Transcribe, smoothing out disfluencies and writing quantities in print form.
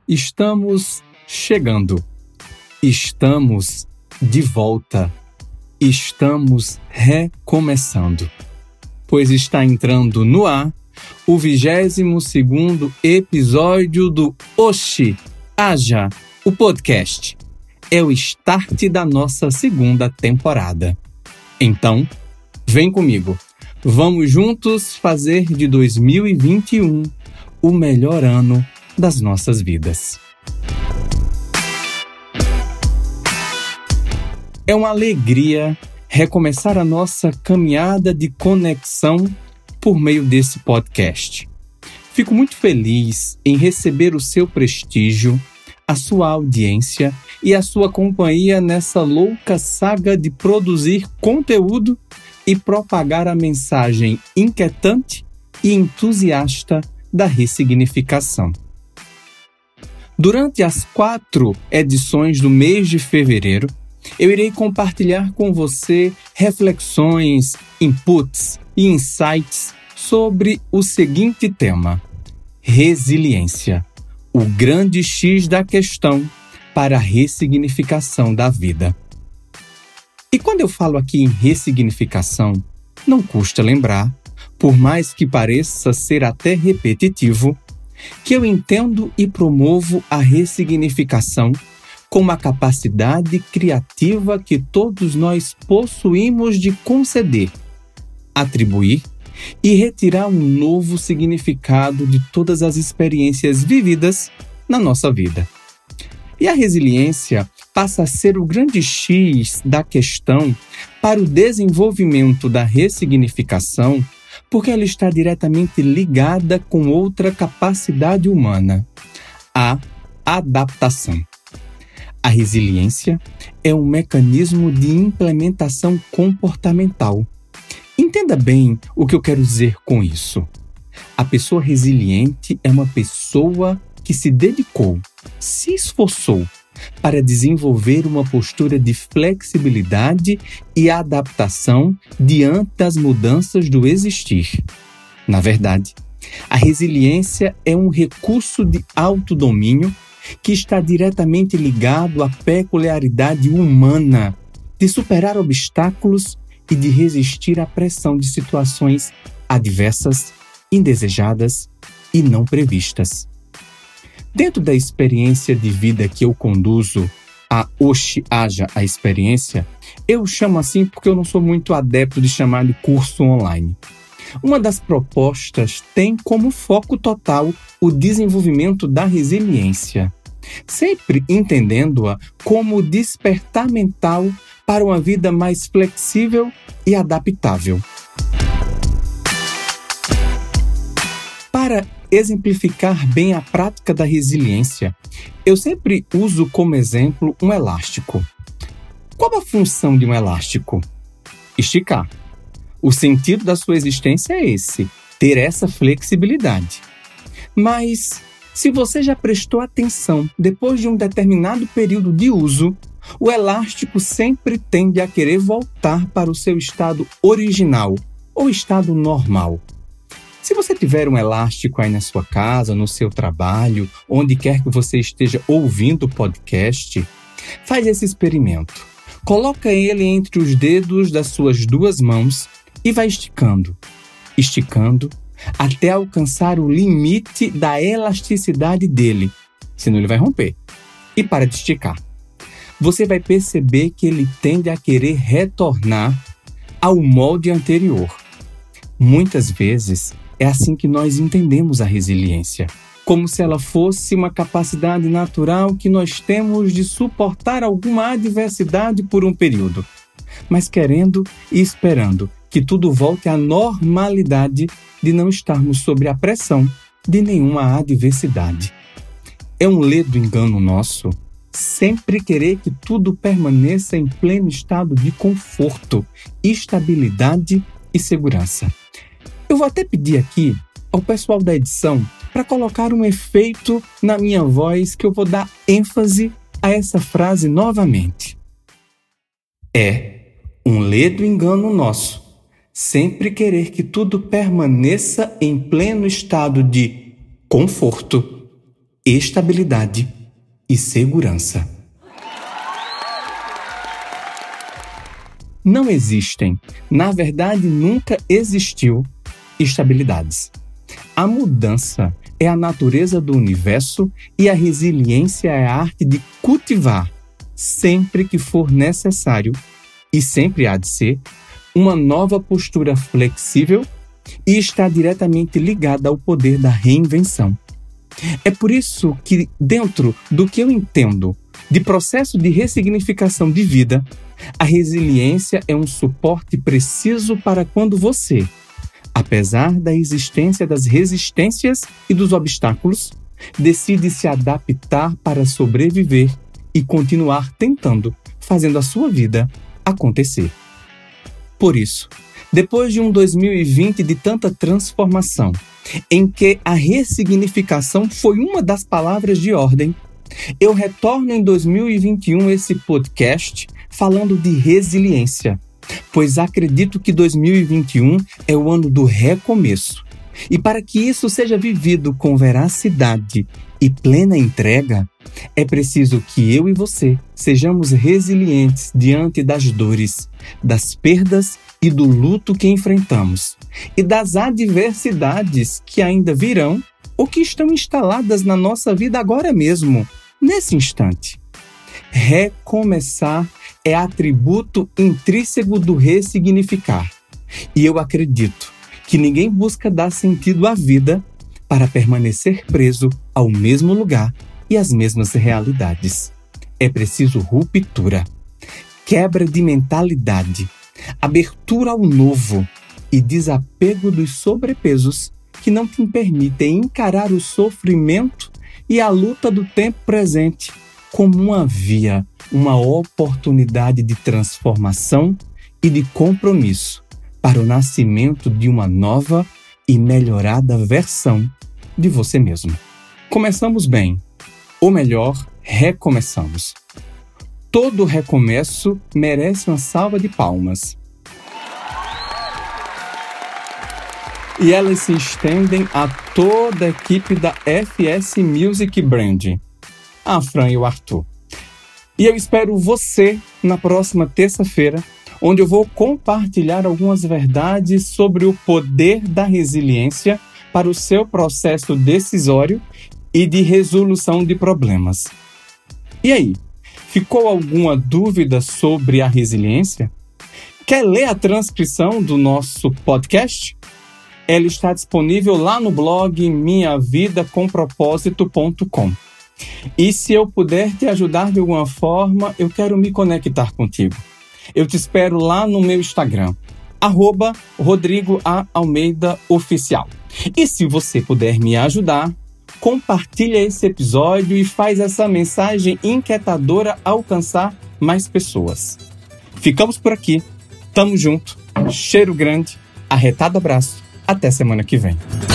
Estamos chegando. Estamos de volta. Estamos recomeçando. Pois está entrando no ar o 22º episódio do Oxi, Haja, o podcast. É o start da nossa segunda temporada. Então, vem comigo. Vamos juntos fazer de 2021 o melhor ano das nossas vidas. É uma alegria recomeçar a nossa caminhada de conexão por meio desse podcast. Fico muito feliz em receber o seu prestígio, a sua audiência e a sua companhia nessa louca saga de produzir conteúdo e propagar a mensagem inquietante e entusiasta da ressignificação. Durante as 4 edições do mês de fevereiro, eu irei compartilhar com você reflexões, inputs e insights sobre o seguinte tema: resiliência, o grande X da questão para a ressignificação da vida. E quando eu falo aqui em ressignificação, não custa lembrar, por mais que pareça ser até repetitivo, que eu entendo e promovo a ressignificação como a capacidade criativa que todos nós possuímos de conceder, atribuir e retirar um novo significado de todas as experiências vividas na nossa vida. E a resiliência passa a ser o grande X da questão para o desenvolvimento da ressignificação, porque ela está diretamente ligada com outra capacidade humana, a adaptação. A resiliência é um mecanismo de implementação comportamental. Entenda bem o que eu quero dizer com isso. A pessoa resiliente é uma pessoa que se dedicou, se esforçou para desenvolver uma postura de flexibilidade e adaptação diante das mudanças do existir. Na verdade, a resiliência é um recurso de autodomínio que está diretamente ligado à peculiaridade humana de superar obstáculos e de resistir à pressão de situações adversas, indesejadas e não previstas. Dentro da experiência de vida que eu conduzo, a Oxi Haja a Experiência, eu chamo assim porque eu não sou muito adepto de chamar de curso online. Uma das propostas tem como foco total o desenvolvimento da resiliência, sempre entendendo-a como despertar mental para uma vida mais flexível e adaptável. Para exemplificar bem a prática da resiliência, eu sempre uso como exemplo um elástico. Qual a função de um elástico? Esticar. O sentido da sua existência é esse, ter essa flexibilidade. Mas, se você já prestou atenção, depois de um determinado período de uso, o elástico sempre tende a querer voltar para o seu estado original ou estado normal. Se você tiver um elástico aí na sua casa, no seu trabalho, onde quer que você esteja ouvindo o podcast, faz esse experimento. Coloca ele entre os dedos das suas 2 mãos e vai esticando, até alcançar o limite da elasticidade dele, senão ele vai romper. E para de esticar. Você vai perceber que ele tende a querer retornar ao molde anterior. Muitas vezes, é assim que nós entendemos a resiliência, como se ela fosse uma capacidade natural que nós temos de suportar alguma adversidade por um período, mas querendo e esperando que tudo volte à normalidade de não estarmos sob a pressão de nenhuma adversidade. É um ledo engano nosso sempre querer que tudo permaneça em pleno estado de conforto, estabilidade e segurança. Eu vou até pedir aqui ao pessoal da edição para colocar um efeito na minha voz que eu vou dar ênfase a essa frase novamente. É um ledo engano nosso sempre querer que tudo permaneça em pleno estado de conforto, estabilidade e segurança. Não existem, na verdade nunca existiu, estabilidades. A mudança é a natureza do universo e a resiliência é a arte de cultivar, sempre que for necessário, e sempre há de ser, uma nova postura flexível e está diretamente ligada ao poder da reinvenção. É por isso que, dentro do que eu entendo de processo de ressignificação de vida, a resiliência é um suporte preciso para quando você, apesar da existência das resistências e dos obstáculos, decide se adaptar para sobreviver e continuar tentando, fazendo a sua vida acontecer. Por isso, depois de um 2020 de tanta transformação, em que a ressignificação foi uma das palavras de ordem, eu retorno em 2021 esse podcast falando de resiliência, pois acredito que 2021 é o ano do recomeço. E para que isso seja vivido com veracidade e plena entrega, é preciso que eu e você sejamos resilientes diante das dores, das perdas e do luto que enfrentamos, e das adversidades que ainda virão ou que estão instaladas na nossa vida agora mesmo, nesse instante. Recomeçar é atributo intrínseco do ressignificar. E eu acredito que ninguém busca dar sentido à vida para permanecer preso ao mesmo lugar e às mesmas realidades. É preciso ruptura, quebra de mentalidade, abertura ao novo e desapego dos sobrepesos que não te permitem encarar o sofrimento e a luta do tempo presente como uma via, uma oportunidade de transformação e de compromisso para o nascimento de uma nova e melhorada versão de você mesmo. Começamos bem, ou melhor, recomeçamos. Todo recomeço merece uma salva de palmas. E elas se estendem a toda a equipe da FS Music Brand, a Fran e o Arthur. E eu espero você na próxima terça-feira, onde eu vou compartilhar algumas verdades sobre o poder da resiliência para o seu processo decisório e de resolução de problemas. E aí, ficou alguma dúvida sobre a resiliência? Quer ler a transcrição do nosso podcast? Ela está disponível lá no blog minhavidacompropósito.com. E se eu puder te ajudar de alguma forma, eu quero me conectar contigo. Eu te espero lá no meu Instagram, @RodrigoAAlmeidaOficial. E se você puder me ajudar, compartilha esse episódio e faz essa mensagem inquietadora alcançar mais pessoas. Ficamos por aqui. Tamo junto. Cheiro grande. Arretado abraço. Até semana que vem.